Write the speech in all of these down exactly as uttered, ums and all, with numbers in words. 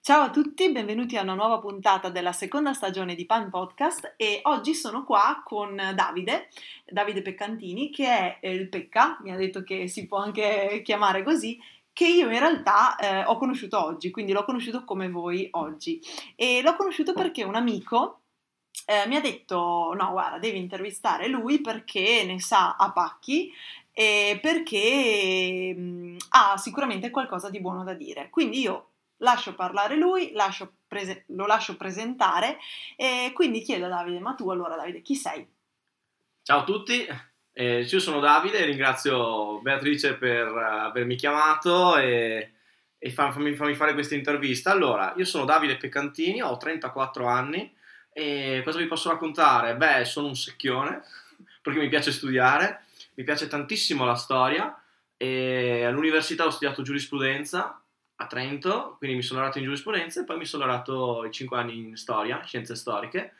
Ciao a tutti, benvenuti a una nuova puntata della seconda stagione di Pan Podcast e oggi sono qua con Davide, Davide Peccantini, che è eh, il Pecca, mi ha detto che si può anche chiamare così, che io in realtà eh, ho conosciuto oggi, quindi l'ho conosciuto come voi oggi. E l'ho conosciuto perché un amico eh, mi ha detto, no guarda, devi intervistare lui perché ne sa a pacchi e perché mh, ha sicuramente qualcosa di buono da dire. Quindi io lascio parlare lui, lascio prese- lo lascio presentare e quindi chiedo a Davide, ma tu allora Davide chi sei? Ciao a tutti, eh, io sono Davide, ringrazio Beatrice per eh, avermi chiamato e, e fa- fammi, fammi fare questa intervista. Allora, io sono Davide Peccantini, ho trentaquattro anni e cosa vi posso raccontare? Beh, sono un secchione perché mi piace studiare, mi piace tantissimo la storia e all'università ho studiato giurisprudenza a Trento, quindi mi sono laureato in giurisprudenza e poi mi sono laureato i cinque anni in storia, scienze storiche.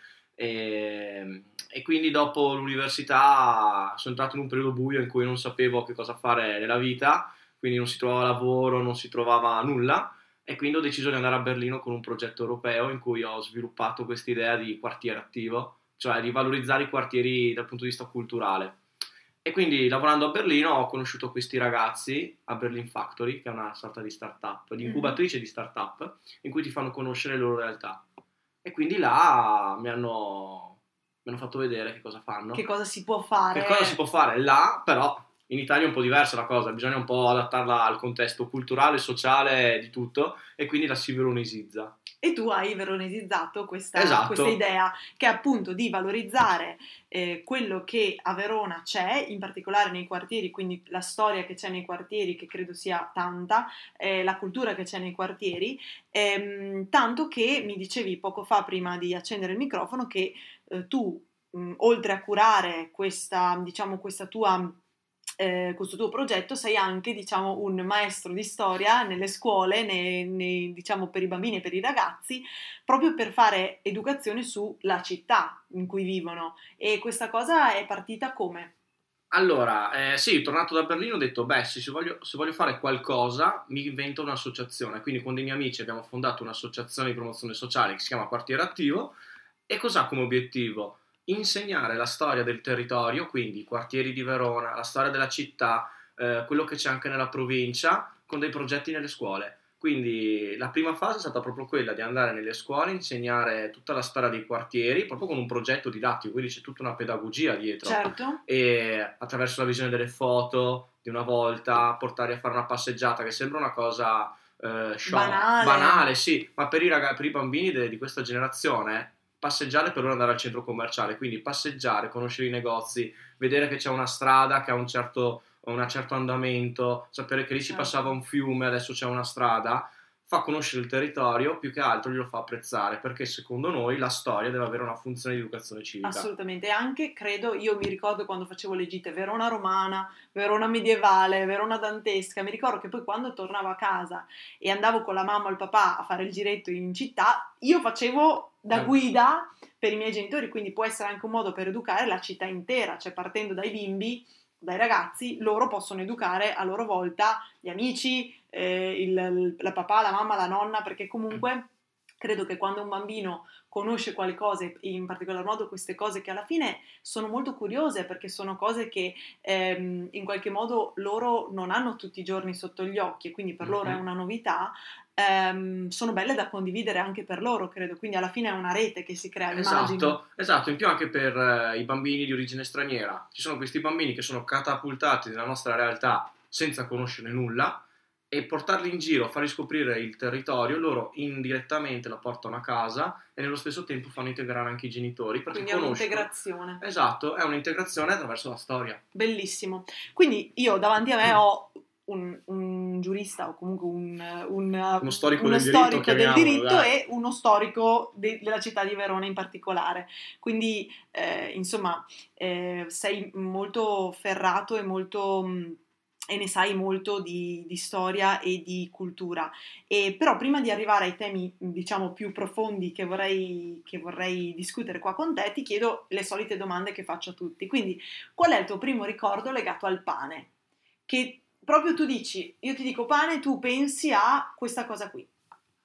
E, e quindi dopo l'università sono entrato in un periodo buio in cui non sapevo che cosa fare nella vita, quindi non si trovava lavoro, non si trovava nulla e quindi ho deciso di andare a Berlino con un progetto europeo in cui ho sviluppato questa idea di quartiere attivo, cioè di valorizzare i quartieri dal punto di vista culturale. E quindi lavorando a Berlino ho conosciuto questi ragazzi a Berlin Factory, che è una sorta di startup, di incubatrice di startup, in cui ti fanno conoscere le loro realtà. E quindi là mi hanno, mi hanno fatto vedere che cosa Che fanno. cosa si può Che cosa si fare? può fare là, però in Italia è un po' diversa la cosa, bisogna un po' adattarla al contesto culturale, sociale, di tutto, e quindi la si veronesizza. E tu hai veronesizzato questa, questa Esatto, idea che è appunto di valorizzare eh, quello che a Verona c'è, in particolare nei quartieri, quindi la storia che c'è nei quartieri, che credo sia tanta, eh, la cultura che c'è nei quartieri, ehm, tanto che mi dicevi poco fa, prima di accendere il microfono, che eh, tu, mh, oltre a curare questa, diciamo, questa tua eh, questo tuo progetto sei anche, diciamo, un maestro di storia nelle scuole, nei- nei- diciamo, per i bambini e per i ragazzi, proprio per fare educazione sulla città in cui vivono. E questa cosa è partita come? allora, eh, sì, tornato da Berlino ho detto, beh, sì, se voglio, se voglio fare qualcosa mi invento un'associazione, quindi con dei miei amici abbiamo fondato un'associazione di promozione sociale che si chiama Quartiere Attivo e cos'ha come obiettivo? Insegnare la storia del territorio, quindi i quartieri di Verona, la storia della città, eh, quello che c'è anche nella provincia, con dei progetti nelle scuole. Quindi la prima fase è stata proprio quella di andare nelle scuole, insegnare tutta la storia dei quartieri, proprio con un progetto didattico, quindi c'è tutta una pedagogia dietro Certo, e attraverso la visione delle foto di una volta, portare a fare una passeggiata che sembra una cosa eh, show, banale. banale, sì, ma per i, raga- per i bambini de- di questa generazione passeggiare per loro andare al centro commerciale, quindi passeggiare, conoscere i negozi, vedere che c'è una strada che ha un certo, un certo andamento, sapere che lì si passava Certo. un fiume, adesso c'è una strada, fa conoscere il territorio, più che altro glielo fa apprezzare, perché secondo noi la storia deve avere una funzione di educazione civica. Assolutamente, e anche credo, io mi ricordo quando facevo le gite Verona romana, Verona medievale, Verona dantesca, mi ricordo che poi quando tornavo a casa e andavo con la mamma o il papà a fare il giretto in città, io facevo da Eh, guida per i miei genitori, quindi può essere anche un modo per educare la città intera, cioè partendo dai bimbi, dai ragazzi, loro possono educare a loro volta gli amici, eh, il, la papà, la mamma, la nonna, perché comunque credo che quando un bambino conosce quale cose, in particolar modo queste cose che alla fine sono molto curiose perché sono cose che ehm, in qualche modo loro non hanno tutti i giorni sotto gli occhi e quindi per loro è mhm. una novità, ehm, sono belle da condividere anche per loro, credo. Quindi alla fine è una rete che si crea, immagino. Esatto, esatto, in più anche per eh, i bambini di origine straniera. Ci sono questi bambini che sono catapultati nella nostra realtà senza conoscere nulla e portarli in giro, fargli scoprire il territorio, loro indirettamente la portano a casa e nello stesso tempo fanno integrare anche i genitori perché Quindi è conoscono. un'integrazione. Esatto, è un'integrazione attraverso la storia. Bellissimo. Quindi io davanti a me ho un, un giurista o comunque un, Uno un- storico uno del diritto, storico del chiamiamolo, diritto dai. e uno storico de- della città di Verona in particolare. Quindi, eh, insomma, eh, sei molto ferrato e molto... mh, e ne sai molto di, di storia e di cultura. E però prima di arrivare ai temi, diciamo, più profondi che vorrei, che vorrei discutere qua con te, ti chiedo le solite domande che faccio a tutti. Quindi, qual è il tuo primo ricordo legato al pane? Che proprio tu dici, io ti dico pane, tu pensi a questa cosa qui.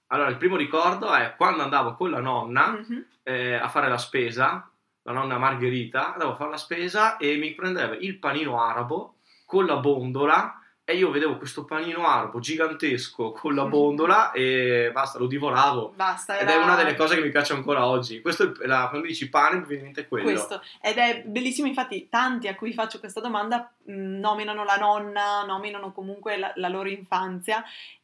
Allora, il primo ricordo è quando andavo con la nonna Mhm. eh, a fare la spesa, la nonna Margherita, andavo a fare la spesa e mi prendeva il panino arabo con la bondola e io vedevo questo panino arabo gigantesco con la bondola e basta, lo divoravo. Basta, Ed era è una delle cose che mi piace ancora oggi. Questo è il- la, quando dici pane, mi viene in mente quello. questo. Ed è bellissimo, infatti tanti a cui faccio questa domanda mh, nominano la nonna, nominano comunque la, la loro infanzia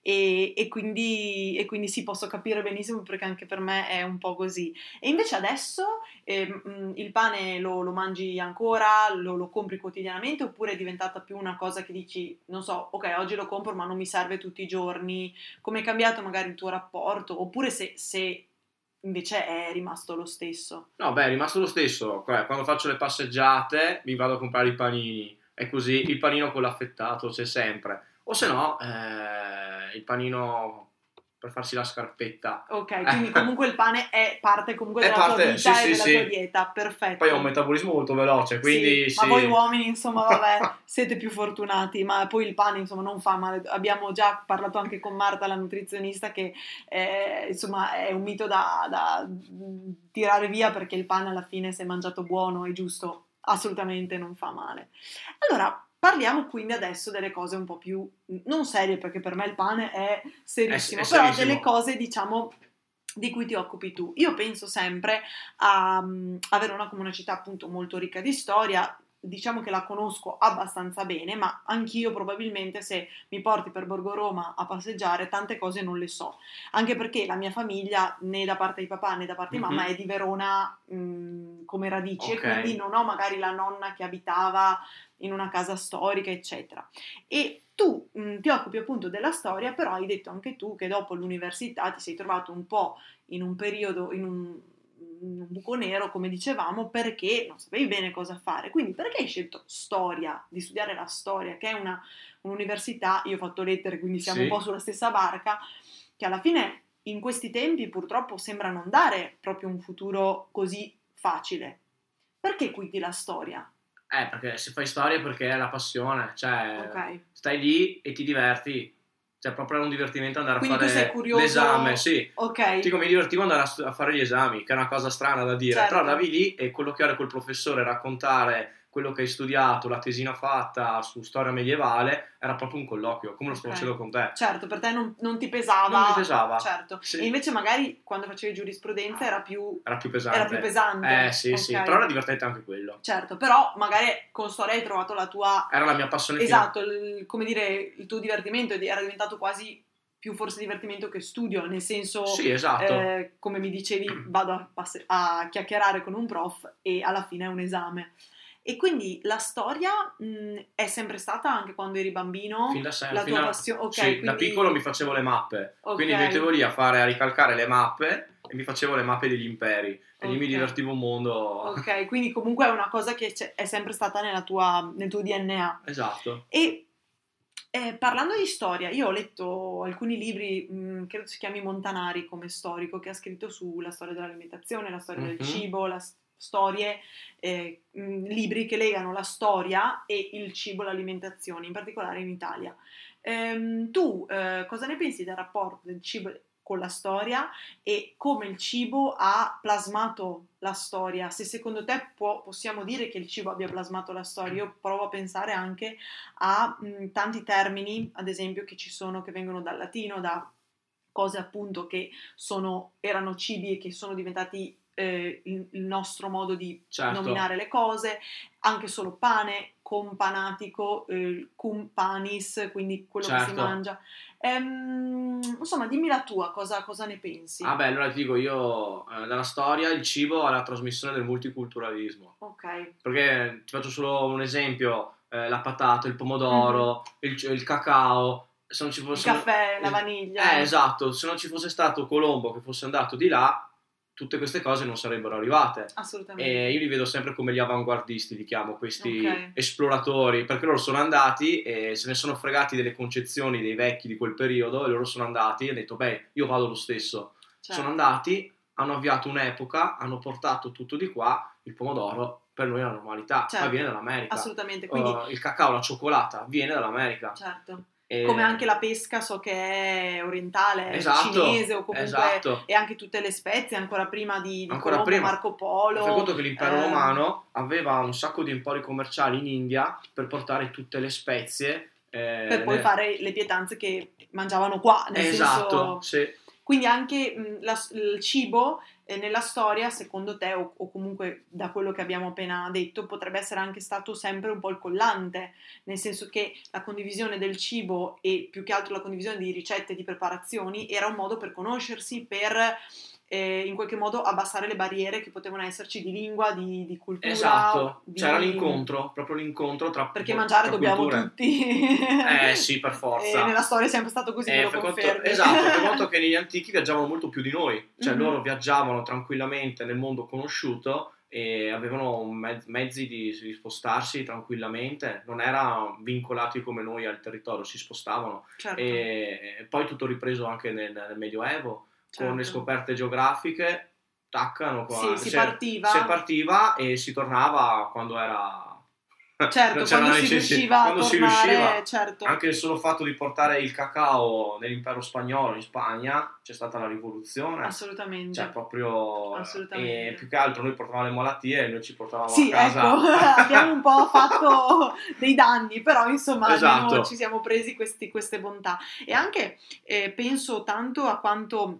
e, e quindi, e quindi sì, posso capire benissimo perché anche per me è un po' così. E invece adesso eh, mh, il pane lo, lo mangi ancora, lo, lo compri quotidianamente oppure è diventata più una cosa che dici, non so, ok, oggi lo compro ma non mi serve tutti i giorni? Come è cambiato magari il tuo rapporto? Oppure se, se invece è rimasto lo stesso? No, beh, è rimasto lo stesso. Cioè, quando faccio le passeggiate mi vado a comprare i panini. E così il panino con l'affettato c'è sempre. O se no, eh, il panino per farsi la scarpetta. Ok, quindi comunque il pane è parte comunque È della tua parte, vita sì, e sì, della tua sì. dieta, perfetto. Poi ho un metabolismo molto veloce, quindi Sì, sì. ma voi uomini, insomma, vabbè, siete più fortunati, ma poi il pane, insomma, non fa male. Abbiamo già parlato anche con Marta, la nutrizionista, che eh, insomma è un mito da, da tirare via perché il pane alla fine, se mangiato buono, è giusto, assolutamente non fa male. Allora, parliamo quindi adesso delle cose un po' più, non serie, perché per me il pane è serissimo, È- è però serissimo. delle cose, diciamo, di cui ti occupi tu. Io penso sempre a um, a Verona come una città appunto molto ricca di storia, diciamo che la conosco abbastanza bene, ma anch'io probabilmente se mi porti per Borgo Roma a passeggiare tante cose non le so, anche perché la mia famiglia né da parte di papà né da parte di mamma Mhm. è di Verona mh, come radici Ok. e quindi non ho magari la nonna che abitava in una casa storica eccetera. E tu mh, ti occupi appunto della storia, però hai detto anche tu che dopo l'università ti sei trovato un po' in un periodo, in un, in un buco nero, come dicevamo, perché non sapevi bene cosa fare. Quindi perché hai scelto storia, di studiare la storia, che è una, un'università, io ho fatto lettere, quindi siamo Sì. un po' sulla stessa barca, che alla fine in questi tempi purtroppo sembra non dare proprio un futuro così facile. Perché quindi la storia? Eh, perché se fai storia è perché è la passione, cioè Ok. stai lì e ti diverti, cioè proprio è un divertimento andare Quindi a tu sei fare curioso. l'esame, sì. Ok. Sì, come mi divertivo andare a, stu- a fare gli esami, che è una cosa strana da dire, Certo. però andavi lì e colloquiare col professore, raccontare quello che hai studiato, la tesina fatta su storia medievale, era proprio un colloquio, come lo sto Ok. facendo con te. Certo, per te non, non ti pesava. Non mi pesava. Certo. Sì. E invece magari quando facevi giurisprudenza era più, Era più pesante. era più pesante. Eh sì, Ok. sì, però era divertente anche quello. Certo, però magari con storia hai trovato la tua... Era la mia passione fino Esatto, il- come dire, il tuo divertimento era diventato quasi più forse divertimento che studio, nel senso, Sì, esatto. eh, come mi dicevi, vado a, passe- a chiacchierare con un prof e alla fine è un esame. E quindi la storia mh, è sempre stata anche quando eri bambino Fin da sempre, la fin tua da- passione? Ok, sì, quindi... da piccolo mi facevo le mappe, Ok. quindi mi mettevo lì a fare, a ricalcare le mappe e mi facevo le mappe degli imperi e lì mi Ok. divertivo un mondo. Ok, quindi comunque è una cosa che c'è- è sempre stata nella tua, nel tuo D N A. Esatto. E eh, parlando di storia, io ho letto alcuni libri, mh, credo si chiami Montanari come storico, che ha scritto sulla storia dell'alimentazione, la storia del Mhm. cibo, la s- storie, eh, mh, libri che legano la storia e il cibo, l'alimentazione, in particolare in Italia. Ehm, tu eh, cosa ne pensi del rapporto del cibo con la storia e come il cibo ha plasmato la storia? Se secondo te può- possiamo dire che il cibo abbia plasmato la storia, io provo a pensare anche a mh, tanti termini, ad esempio, che ci sono, che vengono dal latino, da cose appunto che sono, erano cibi e che sono diventati eh, il, il nostro modo di Certo. nominare le cose, anche solo pane, companatico, eh, cum panis, quindi quello che si Certo. mangia. Ehm, insomma, dimmi la tua, cosa, cosa ne pensi? Ah beh, allora ti dico io, eh, dalla storia il cibo è la trasmissione del multiculturalismo. Ok, Perché ti faccio solo un esempio, eh, la patata, il pomodoro, il, il cacao, se non ci il fosse... caffè, la il- vaniglia. Eh, esatto, se non ci fosse stato Colombo che fosse andato di là, tutte queste cose non sarebbero arrivate. Assolutamente. E io li vedo sempre come gli avanguardisti, li chiamo, questi Ok. esploratori, perché loro sono andati e se ne sono fregati delle concezioni dei vecchi di quel periodo e loro sono andati e hanno detto, beh, io vado lo stesso. Certo. Sono andati, hanno avviato un'epoca, hanno portato tutto di qua, il pomodoro per noi è la normalità, Certo, ma viene dall'America. assolutamente, quindi Uh, il cacao, la cioccolata viene dall'America. certo. E... come anche la pesca, so che è orientale, esatto, cinese o comunque esatto. e anche tutte le spezie ancora prima di, di ancora Colombo, prima. Marco Polo. Fai conto che l'impero ehm... romano aveva un sacco di empori commerciali in India per portare tutte le spezie eh, per poi nel... fare le pietanze che mangiavano qua, nel esatto, senso... sì. Quindi anche mh, la, il cibo eh, nella storia, secondo te, o, o comunque da quello che abbiamo appena detto, potrebbe essere anche stato sempre un po' il collante, nel senso che la condivisione del cibo e più che altro la condivisione di ricette e di preparazioni era un modo per conoscersi, per eh, in qualche modo abbassare le barriere che potevano esserci di lingua, di, di cultura. Esatto, di... c'era l'incontro, proprio l'incontro tra perché mangiare tra dobbiamo culture. tutti. Eh sì, per forza. E nella storia è sempre stato così, eh, me lo fai conto, confermi. esatto, fai conto che negli antichi viaggiavano molto più di noi, cioè Mhm. loro viaggiavano tranquillamente nel mondo conosciuto e avevano mezz- mezzi di, di spostarsi tranquillamente, non erano vincolati come noi al territorio, si spostavano. Certo. E poi tutto ripreso anche nel, nel Medioevo, Certo. con le scoperte geografiche, taccano qua. Sì, si si, partiva. si partiva e si tornava quando era... Certo, non c'era quando la si necessità. riusciva quando a si tornare, riusciva, certo. anche il solo fatto di portare il cacao nell'impero spagnolo in Spagna, c'è stata la rivoluzione. Assolutamente. Cioè proprio... Assolutamente. E più che altro noi portavamo le malattie e noi ci portavamo sì, a casa. Ecco, abbiamo un po' fatto dei danni, però insomma esatto. almeno ci siamo presi questi, queste bontà. E anche eh, penso tanto a quanto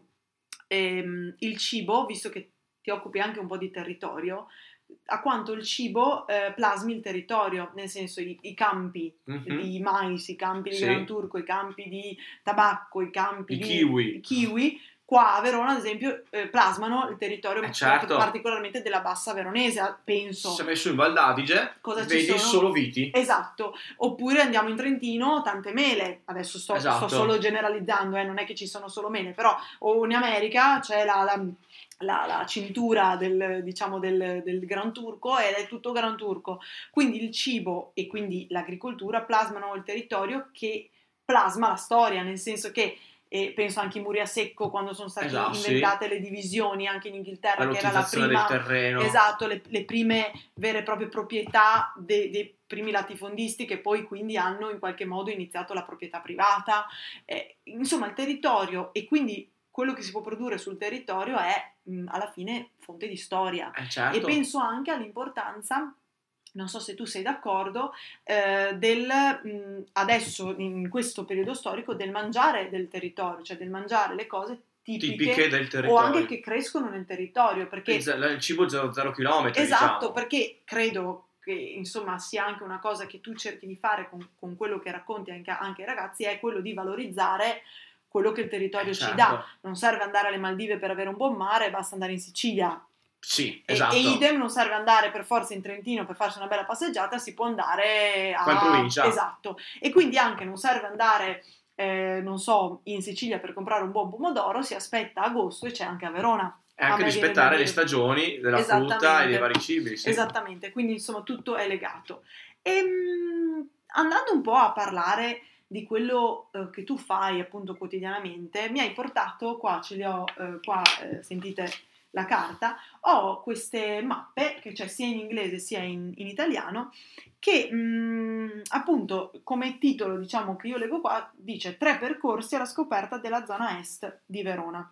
ehm, il cibo, visto che ti occupi anche un po' di territorio, a quanto il cibo eh, plasmi il territorio, nel senso i, i campi mm-hmm. di mais, i campi di sì. Gran Turco, i campi di tabacco, i campi I di kiwi. kiwi, qua a Verona ad esempio eh, plasmano il territorio eh certo. particolarmente della bassa veronese, penso. Se messo in Val d'Adige Cosa vedi ci sono? Solo viti. Esatto, oppure andiamo in Trentino, tante mele, adesso sto, esatto. sto solo generalizzando, eh, non è che ci sono solo mele, però o in America c'è la... la La, la cintura del, diciamo del, del Gran Turco ed è tutto Gran Turco, quindi il cibo e quindi l'agricoltura plasmano il territorio che plasma la storia, nel senso che eh, penso anche in Muriasecco quando sono state esatto, inventate sì. le divisioni anche in Inghilterra, la che era la prima del terreno. esatto, le, le prime vere e proprie proprietà de, dei primi latifondisti che poi quindi hanno in qualche modo iniziato la proprietà privata, eh, insomma il territorio e quindi quello che si può produrre sul territorio è mh, alla fine fonte di storia. Eh certo. E penso anche all'importanza, non so se tu sei d'accordo, eh, del mh, adesso in questo periodo storico del mangiare del territorio, cioè del mangiare le cose tipiche, tipiche del territorio o anche che crescono nel territorio, perché il, il cibo zero zero chilometri, esatto, diciamo. Perché credo che insomma sia anche una cosa che tu cerchi di fare con, con quello che racconti anche, anche ai ragazzi, è quello di valorizzare quello che il territorio eh, ci certo. dà. Non serve andare alle Maldive per avere un buon mare, basta andare in Sicilia. Sì, e, esatto. E idem, non serve andare per forza in Trentino per farsi una bella passeggiata, si può andare a... in provincia. Esatto. E quindi anche non serve andare, eh, non so, in Sicilia per comprare un buon pomodoro, si aspetta agosto e c'è anche a Verona. E anche rispettare le stagioni della frutta e dei vari cibi. Sì. Esattamente, quindi insomma tutto è legato. E mh, andando un po' a parlare di quello eh, che tu fai appunto quotidianamente, mi hai portato, qua ce li ho, eh, qua eh, sentite la carta, ho queste mappe che c'è sia in inglese sia in, in italiano che mh, appunto come titolo diciamo che io leggo qua dice tre percorsi alla scoperta della zona est di Verona.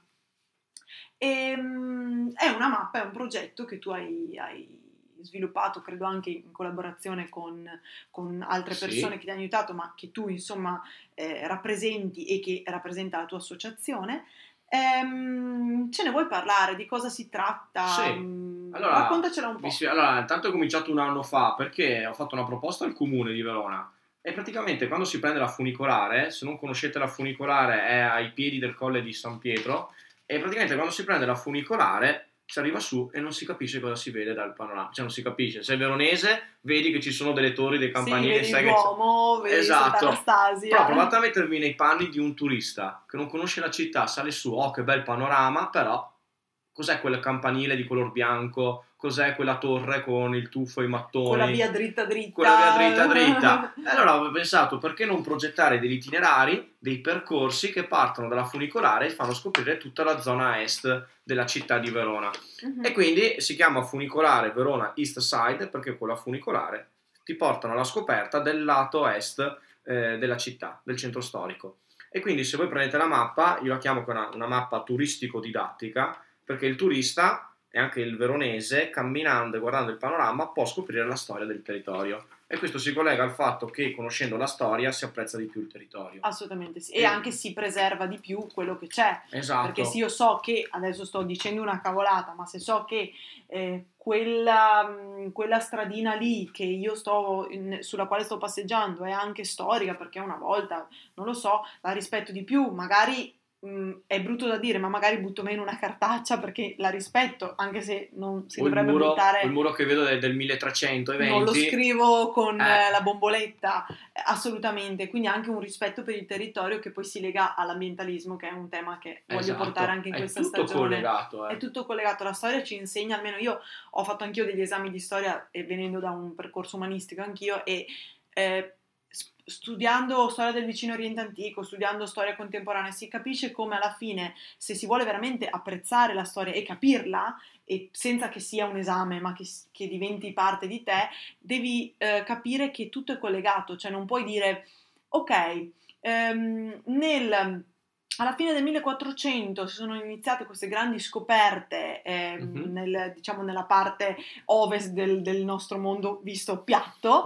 E, mh, è una mappa, è un progetto che tu hai, hai sviluppato, credo anche in collaborazione con, con altre persone sì. che ti hanno aiutato, ma che tu insomma eh, rappresenti e che rappresenta la tua associazione. Ehm, ce ne vuoi parlare? Di cosa si tratta? Sì. Allora, raccontacela un po'. Mi, allora, intanto ho cominciato un anno fa perché ho fatto una proposta al comune di Verona e praticamente quando si prende la funicolare, se non conoscete la funicolare è ai piedi del colle di San Pietro, e praticamente quando si prende la funicolare si arriva su e non si capisce cosa si vede dal panorama, cioè non si capisce, se è veronese vedi che ci sono delle torri, dei campanili, sì, sai vedi l'uomo, che vedi esatto. Anastasia. Però provate a mettervi nei panni di un turista che non conosce la città, sale su, oh che bel panorama, però cos'è quel campanile di color bianco, cos'è quella torre con il tuffo e i mattoni, quella via dritta dritta, quella via dritta dritta. E allora ho pensato, perché non progettare degli itinerari, dei percorsi che partono dalla funicolare e fanno scoprire tutta la zona est della città di Verona. Uh-huh. E quindi si chiama funicolare Verona East Side perché con la funicolare ti portano alla scoperta del lato est eh, della città, del centro storico. E quindi se voi prendete la mappa, io la chiamo una, una mappa turistico-didattica, perché il turista e anche il veronese, camminando e guardando il panorama, può scoprire la storia del territorio. E questo si collega al fatto che, conoscendo la storia, si apprezza di più il territorio. Assolutamente sì. E, e anche si preserva di più quello che c'è. Esatto. Perché se io so che, adesso sto dicendo una cavolata, ma se so che eh, quella, quella stradina lì che io sto in, sulla quale sto passeggiando è anche storica, perché una volta, non lo so, la rispetto di più, magari è brutto da dire, ma magari butto meno una cartaccia perché la rispetto, anche se non si o dovrebbe il muro, buttare. O il muro che vedo del, del milletrecentoventi. Non lo scrivo con eh. la bomboletta, assolutamente. Quindi anche un rispetto per il territorio che poi si lega all'ambientalismo, che è un tema che voglio esatto. portare anche in è questa tutto stagione. Collegato, eh. È tutto collegato. La storia ci insegna, almeno io ho fatto anch'io degli esami di storia e venendo da un percorso umanistico anch'io e eh, studiando storia del vicino Oriente antico, studiando storia contemporanea, si capisce come alla fine, se si vuole veramente apprezzare la storia e capirla, e senza che sia un esame, ma che, che diventi parte di te, devi eh, capire che tutto è collegato, cioè non puoi dire, ok, ehm, nel... alla fine del millequattrocento si sono iniziate queste grandi scoperte eh, mm-hmm. nel, diciamo nella parte ovest del, del nostro mondo visto piatto,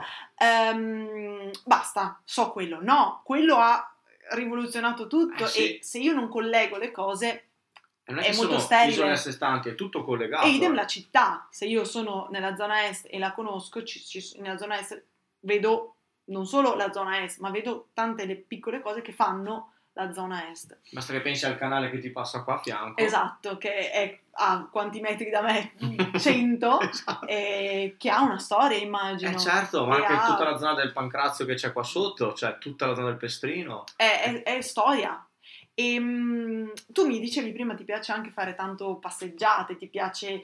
ehm, basta, so quello. No, quello ha rivoluzionato tutto eh sì. E se io non collego le cose non è, è che molto sono sterile. Isole a sé stanti, è tutto collegato. E idem eh. la città, se io sono nella zona est e la conosco, ci, ci, nella zona est vedo non solo la zona est, ma vedo tante le piccole cose che fanno la zona est. Basta che pensi al canale che ti passa qua a fianco. Esatto, che è a quanti metri da me? cento, esatto. E che ha una storia, immagino. Eh certo, ma e anche ha... tutta la zona del Pancrazio che c'è qua sotto, cioè tutta la zona del Pestrino. È, è, è storia. E um, tu mi dicevi prima ti piace anche fare tanto passeggiate, ti piace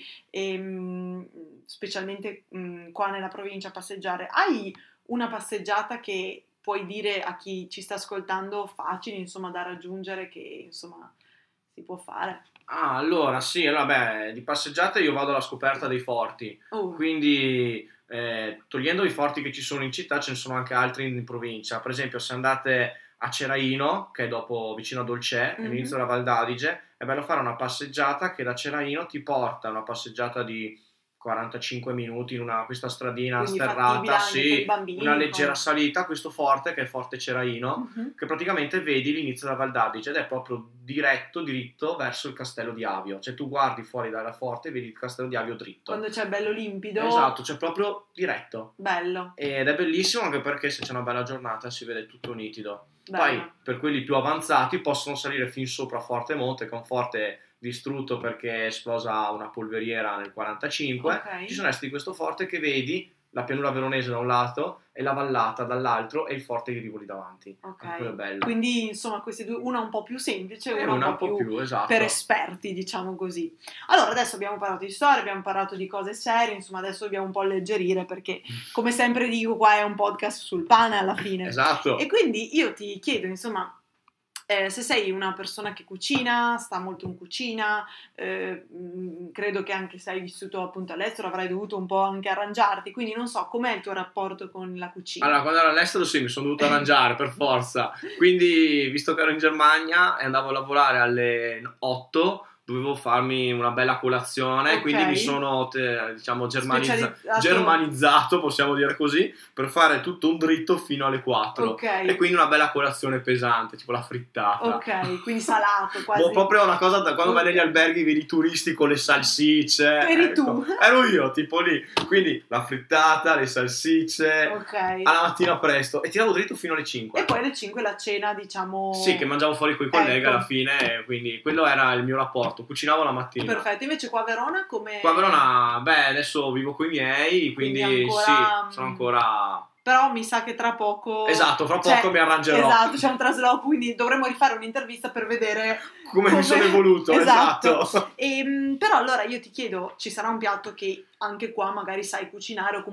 um, specialmente um, qua nella provincia passeggiare. Hai una passeggiata che puoi dire a chi ci sta ascoltando facile, insomma, da raggiungere, che insomma si può fare? Ah, allora sì, allora, beh, di passeggiate io vado alla scoperta dei forti, uh. quindi eh, togliendo i forti che ci sono in città ce ne sono anche altri in provincia. Per esempio, se andate a Ceraino, che è dopo vicino a Dolcè, mm-hmm. all'inizio della Val d'Adige, è bello fare una passeggiata che da Ceraino ti porta, una passeggiata di quarantacinque minuti in una, questa stradina quindi sterrata, sì, bambini, una leggera poi. salita, questo forte che è il Forte Ceraino, uh-huh. che praticamente vedi l'inizio della Val d'Adige ed è proprio diretto, diritto verso il castello di Avio, cioè tu guardi fuori dalla forte e vedi il castello di Avio dritto. Quando c'è bello limpido. Esatto, c'è proprio diretto. Bello. Ed è bellissimo anche perché se c'è una bella giornata si vede tutto nitido. Bello. Poi per quelli più avanzati possono salire fin sopra Forte Monte, che è un forte distrutto perché è esplosa una polveriera nel quarantacinque. Okay. Ci sono resti di questo forte che vedi la pianura veronese da un lato e la vallata dall'altro e il forte di Rivoli davanti. Ok, quello è bello. Quindi insomma questi due, una un po' più semplice e una, una un po' più, più esatto. per esperti, diciamo così. Allora adesso abbiamo parlato di storia, abbiamo parlato di cose serie, insomma adesso dobbiamo un po' alleggerire perché come sempre dico qua è un podcast sul pane alla fine. Esatto. E quindi io ti chiedo insomma Eh, se sei una persona che cucina, sta molto in cucina, eh, mh, credo che anche se hai vissuto appunto all'estero avrai dovuto un po' anche arrangiarti, quindi non so, com'è il tuo rapporto con la cucina? Allora, quando ero all'estero sì, mi sono dovuto arrangiare per forza, quindi visto che ero in Germania e andavo a lavorare alle otto, dovevo farmi una bella colazione, okay. Quindi mi sono te, diciamo germanizza- germanizzato, possiamo dire così, per fare tutto un dritto fino alle quattro, okay. E quindi una bella colazione pesante, tipo la frittata. Ok, quindi salato quasi. Boh, proprio una cosa da quando okay. vai negli alberghi vedi i turisti con le salsicce. Eri ecco. tu? Ero io, tipo lì. Quindi la frittata, le salsicce, okay. alla mattina presto, e tiravo dritto fino alle cinque. E poi alle cinque la cena, diciamo... Sì, che mangiavo fuori con i colleghi ecco. alla fine, quindi quello era il mio rapporto. Cucinavo la mattina. Perfetto, invece qua a Verona come... Qua a Verona, beh, adesso vivo con i miei, quindi, quindi ancora... sì, sono ancora... Però mi sa che tra poco... Esatto, fra poco cioè, mi arrangerò. Esatto, c'è un trasloco, quindi dovremmo rifare un'intervista per vedere... Come, come... mi sono evoluto, esatto. esatto. E, però allora io ti chiedo, ci sarà un piatto che anche qua magari sai cucinare o comunque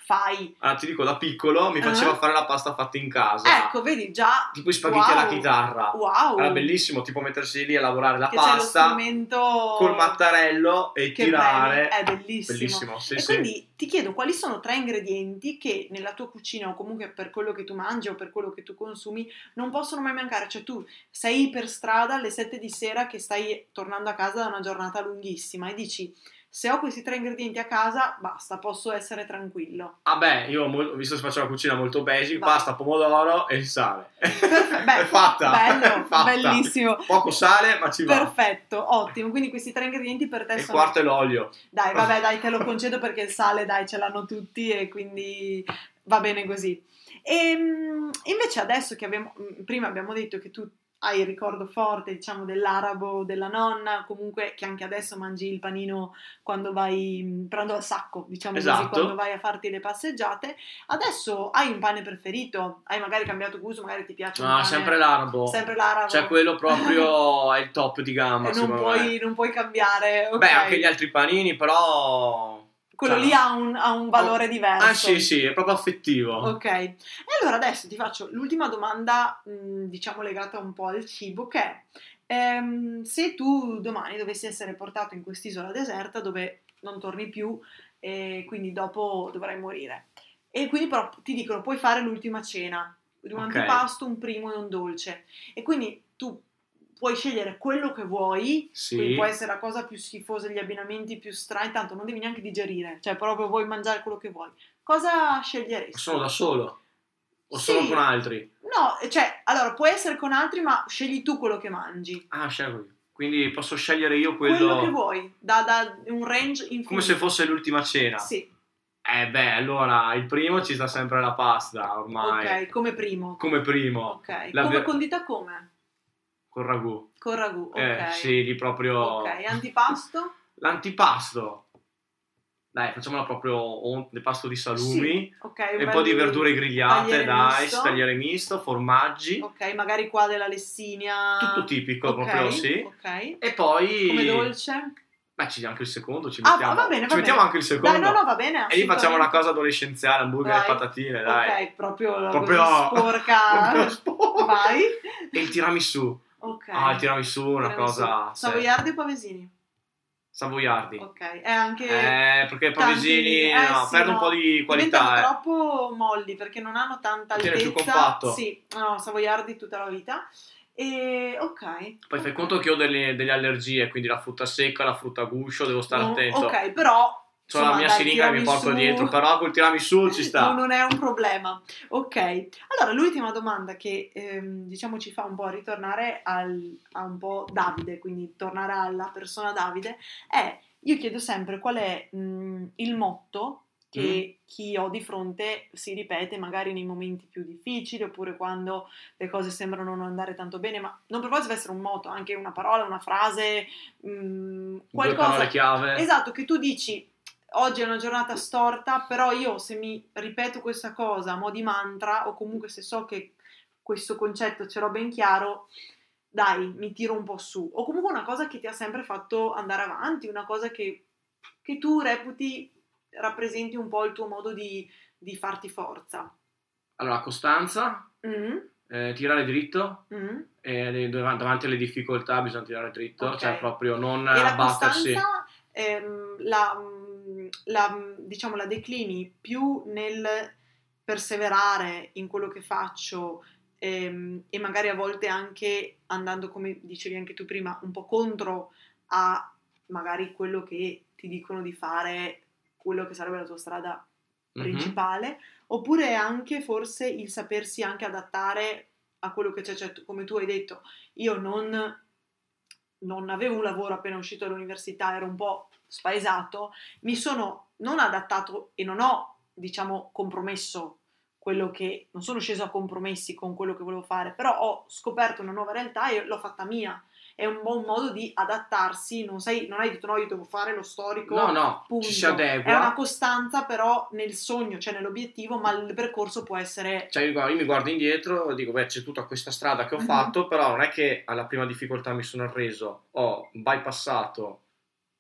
fai. Allora ti dico, da piccolo mi faceva uh-huh. fare la pasta fatta in casa. Ecco, vedi già. Tipo i spaghetti wow. alla chitarra. Wow. Era bellissimo, tipo mettersi lì a lavorare la che pasta. C'è lo strumento col mattarello e che tirare. Premi. È bellissimo. Bellissimo, sì, e sì. quindi ti chiedo quali sono tre ingredienti che nella tua cucina o comunque per quello che tu mangi o per quello che tu consumi non possono mai mancare. Cioè tu sei per strada alle sette di sera che stai tornando a casa da una giornata lunghissima e dici: se ho questi tre ingredienti a casa, basta, posso essere tranquillo. Ah beh, io ho visto che faccio una cucina molto basic, Vai. pasta, pomodoro e il sale. Perfe- beh, è fatta. Bello, è fatta. bellissimo. Poco sale, ma ci va. Perfetto, ottimo. Quindi questi tre ingredienti per te e sono... il quarto è l'olio. Dai, vabbè, dai, te lo concedo perché il sale, dai, ce l'hanno tutti e quindi va bene così. E invece adesso che abbiamo... Prima abbiamo detto che tu hai il ricordo forte, diciamo, dell'arabo, della nonna, comunque che anche adesso mangi il panino quando vai, prendo al sacco, diciamo esatto. così, quando vai a farti le passeggiate. Adesso hai un pane preferito? Hai magari cambiato gusto, magari ti piace un no, pane... sempre l'arabo. Sempre l'arabo. Cioè quello proprio è il top di gamma, e non puoi, me. non puoi cambiare, okay. Beh, anche gli altri panini, però... Quello cioè, lì ha un, ha un valore oh, diverso. Ah sì, sì, è proprio affettivo. Ok, e allora adesso ti faccio l'ultima domanda, mh, diciamo legata un po' al cibo, che è ehm, se tu domani dovessi essere portato in quest'isola deserta dove non torni più e quindi dopo dovrai morire, e quindi però ti dicono puoi fare l'ultima cena, un okay. antipasto, un primo e un dolce, e quindi tu puoi scegliere quello che vuoi, sì. Quindi può essere la cosa più schifosa, gli abbinamenti più strani, tanto non devi neanche digerire, cioè proprio vuoi mangiare quello che vuoi. Cosa sceglieresti? Sono da solo? O sì. sono con altri? No, cioè, allora, puoi essere con altri, ma scegli tu quello che mangi. Ah, scelgo io. Quindi posso scegliere io quello... Quello che vuoi, da, da un range infinito. Come se fosse l'ultima cena? Sì. Eh beh, allora, il primo ci sta sempre la pasta, ormai. Ok, come primo. Come primo. Ok, la come ver- condita come? Con ragù. Con ragù, ok. Eh, sì, di proprio... Ok, antipasto? L'antipasto. Dai, facciamola proprio un antipasto di salumi. Sì, ok. E un po' di verdure grigliate, dai, tagliere misto, formaggi. Ok, magari qua della Lessinia. Tutto tipico, okay, proprio sì. Ok. E poi... Come dolce? Beh, ci diamo anche il secondo, ci Ah, mettiamo, va bene, va ci mettiamo bene. anche il secondo. Dai, no, no, va bene. E lì facciamo una cosa adolescenziale, hamburger Vai. e patatine, dai. Ok, proprio, proprio sporca. proprio sporca. Vai. E il tiramisù. Ok. Ah, il tiramisù, una tiramisù. cosa... Savoiardi o pavesini? Savoiardi. Ok, è anche... Eh, perché i pavesini tanti... eh, no, sì, perde no. un po' di qualità. Diventano eh. troppo molli perché non hanno tanta altezza. Tiene più compatto. Sì, no, savoiardi tutta la vita. E ok. Poi okay. fai conto che ho delle, delle allergie, quindi la frutta secca, la frutta a guscio, devo stare no, attento. Ok, però... C'ho la mia siringa che mi porto dietro, però col tiramisù ci sta. No, non è un problema. Ok, allora l'ultima domanda che ehm, diciamo ci fa un po' ritornare al, a un po' Davide, quindi tornare alla persona Davide, è, io chiedo sempre qual è mh, il motto che mm. chi ho di fronte si ripete magari nei momenti più difficili oppure quando le cose sembrano non andare tanto bene, ma non per forza deve essere un motto, anche una parola, una frase, mh, qualcosa. Due parole chiave. Esatto, che tu dici... Oggi è una giornata storta, però io se mi ripeto questa cosa a mo' di mantra o comunque se so che questo concetto ce l'ho ben chiaro, dai, mi tiro un po' su. O comunque una cosa che ti ha sempre fatto andare avanti, una cosa che, che tu reputi rappresenti un po' il tuo modo di, di farti forza. Allora, costanza, mm. eh, tirare dritto, mm. e davanti alle difficoltà bisogna tirare dritto, okay. Cioè proprio non e abbattersi. La costanza, ehm, la... La, diciamo la declini più nel perseverare in quello che faccio ehm, e magari a volte anche andando, come dicevi anche tu prima, un po' contro a magari quello che ti dicono di fare, quello che sarebbe la tua strada principale, mm-hmm. Oppure anche forse il sapersi anche adattare a quello che c'è, cioè, come tu hai detto, io non, non avevo un lavoro appena uscito dall'università, ero un po' spaesato, mi sono non adattato e non ho, diciamo, compromesso quello che, non sono sceso a compromessi con quello che volevo fare, però ho scoperto una nuova realtà e l'ho fatta mia. È un buon modo di adattarsi, non, sei, non hai detto no, io devo fare lo storico, no, no, punto. Ci si adegua. È una costanza però nel sogno, cioè nell'obiettivo, ma il percorso può essere... Cioè io, io mi guardo indietro e dico, beh, c'è tutta questa strada che ho mm-hmm. fatto, però non è che alla prima difficoltà mi sono arreso, ho bypassato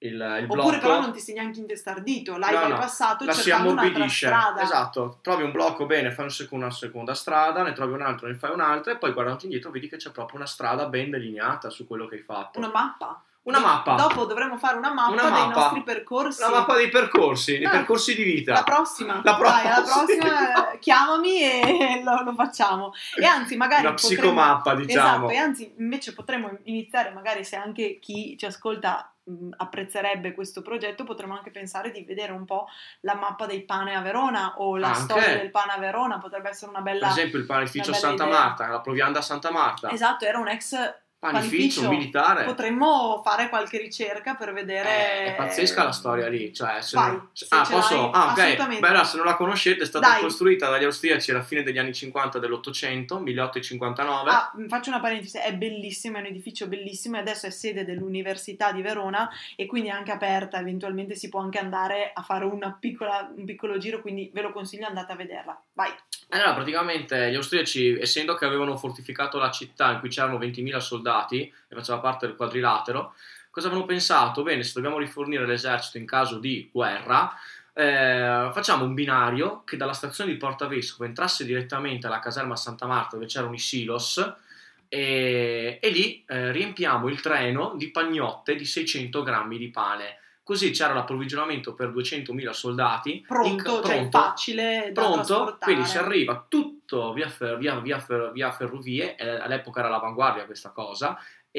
il, il blocco. Oppure però non ti sei neanche intestardito, l'hai No, no, bypassato la si cercando un'altra ammorbidisce. strada. Esatto, trovi un blocco, bene, fai un sec- una seconda strada, ne trovi un altro, ne fai un'altra e poi guardando indietro vedi che c'è proprio una strada ben delineata su quello che hai fatto. Una mappa. Una mappa. Dopo dovremo fare una mappa, Una dei mappa. nostri percorsi. Una mappa dei percorsi, dei Ah, percorsi di vita. La prossima. La Dai, alla prossima. prossima eh, chiamami e lo, lo facciamo. E anzi, magari Una potremmo- psicomappa, diciamo. Esatto, e anzi, invece potremmo iniziare, magari se anche chi ci ascolta mh, apprezzerebbe questo progetto, potremmo anche pensare di vedere un po' la mappa dei pane a Verona o la Anche. storia del pane a Verona, potrebbe essere una bella... Per esempio il panificio una bella Santa idea. Marta, la Provianda Santa Marta. Esatto, era un ex Panificio militare. Potremmo fare qualche ricerca per vedere. È, è pazzesca la storia lì. Cioè, se Vai, non... se ah, ce posso? l'hai, Ah, ok. assolutamente. Beh, allora, se non la conoscete, è stata Dai. costruita dagli austriaci alla fine degli anni cinquanta dell'Ottocento, milleottocentocinquantanove. Ah, faccio una parentesi, è bellissimo, è un edificio bellissimo e adesso è sede dell'Università di Verona e quindi è anche aperta, eventualmente si può anche andare a fare una piccola, un piccolo giro, quindi ve lo consiglio, andate a vederla. Vai. Allora, praticamente gli austriaci, essendo che avevano fortificato la città in cui c'erano ventimila soldati e faceva parte del quadrilatero, cosa avevano pensato? Bene, se dobbiamo rifornire l'esercito in caso di guerra, eh, facciamo un binario che dalla stazione di Porta Vescovo entrasse direttamente alla caserma Santa Marta dove c'erano i silos e, e lì eh, riempiamo il treno di pagnotte di seicento grammi di pane. Così c'era l'approvvigionamento per duecentomila soldati. Pronto, in, cioè pronto, facile da pronto, trasportare. quindi si arriva tutto via, fer, via, via, fer, via ferrovie, eh, all'epoca era all'avanguardia questa cosa,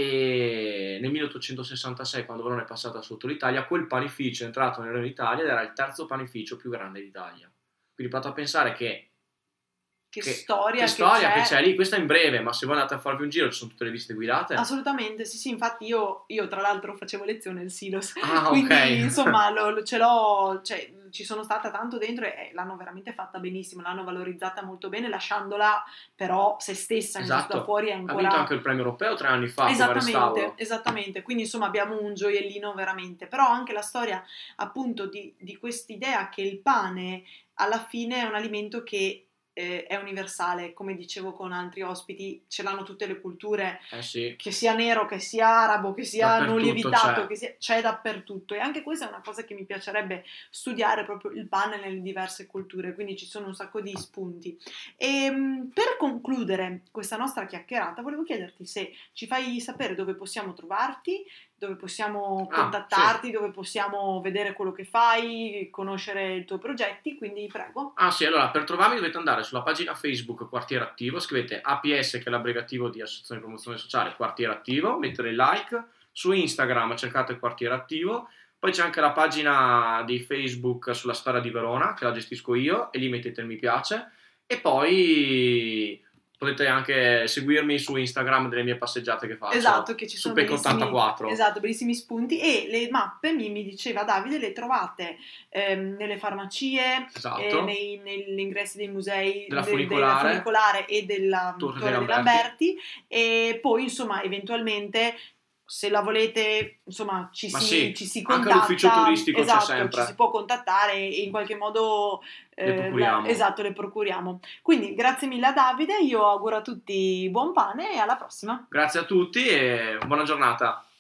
e nel milleottocentosessantasei, quando Verona è passata sotto l'Italia, quel panificio è entrato nel Regno d'Italia ed era il terzo panificio più grande d'Italia. Quindi provate a pensare che Che, che storia, che, storia che, che c'è. c'è lì. Questa è in breve, ma se voi andate a farvi un giro ci sono tutte le visite guidate. Assolutamente, sì sì, infatti io, io tra l'altro facevo lezione al Silos, Ah, quindi ok. insomma lo, lo- ce l'ho, cioè ci sono stata tanto dentro e l'hanno veramente fatta benissimo, l'hanno valorizzata molto bene, lasciandola però se stessa, nel senso, Esatto, da fuori è ha ancora... vinto anche il premio europeo tre anni fa come Esattamente, restauro. esattamente, quindi insomma abbiamo un gioiellino veramente, però anche la storia appunto di, di quest'idea che il pane alla fine è un alimento che eh, è universale, come dicevo con altri ospiti, ce l'hanno tutte le culture, Eh sì. che sia nero, che sia arabo, che sia non Dappertutto lievitato, c'è. che sia, c'è dappertutto e anche questa è una cosa che mi piacerebbe studiare, proprio il pane nelle diverse culture, quindi ci sono un sacco di spunti. E mh, per concludere questa nostra chiacchierata volevo chiederti se ci fai sapere dove possiamo trovarti, dove possiamo Ah, contattarti, dove possiamo vedere quello che fai, conoscere i tuoi progetti, quindi prego. Ah sì, allora per trovarmi dovete andare sulla pagina Facebook Quartiere Attivo, scrivete A P S che è l'abbreviativo di Associazione di Promozione Sociale Quartiere Attivo, mettere il like, su Instagram cercate Quartiere Attivo, poi c'è anche la pagina di Facebook sulla storia di Verona che la gestisco io e lì mettete il mi piace e poi potete anche seguirmi su Instagram delle mie passeggiate che faccio. Esatto, che ci su sono Pec bellissimi, ottantaquattro. esatto, bellissimi spunti e le mappe, mi, mi diceva Davide, le trovate ehm, nelle farmacie, Esatto. eh, nei, negli ingressi dei musei Della de- funicolare. della funicolare e della Torre Torre dei dei Lamberti e poi insomma eventualmente se la volete insomma ci Ma si, sì, ci si anche contatta, l'ufficio turistico c'è esatto, sempre. ci si può contattare e in qualche modo Le eh, procuriamo. la- esatto, le procuriamo. Quindi grazie mille a Davide, io auguro a tutti buon pane e alla prossima. Grazie a tutti e buona giornata.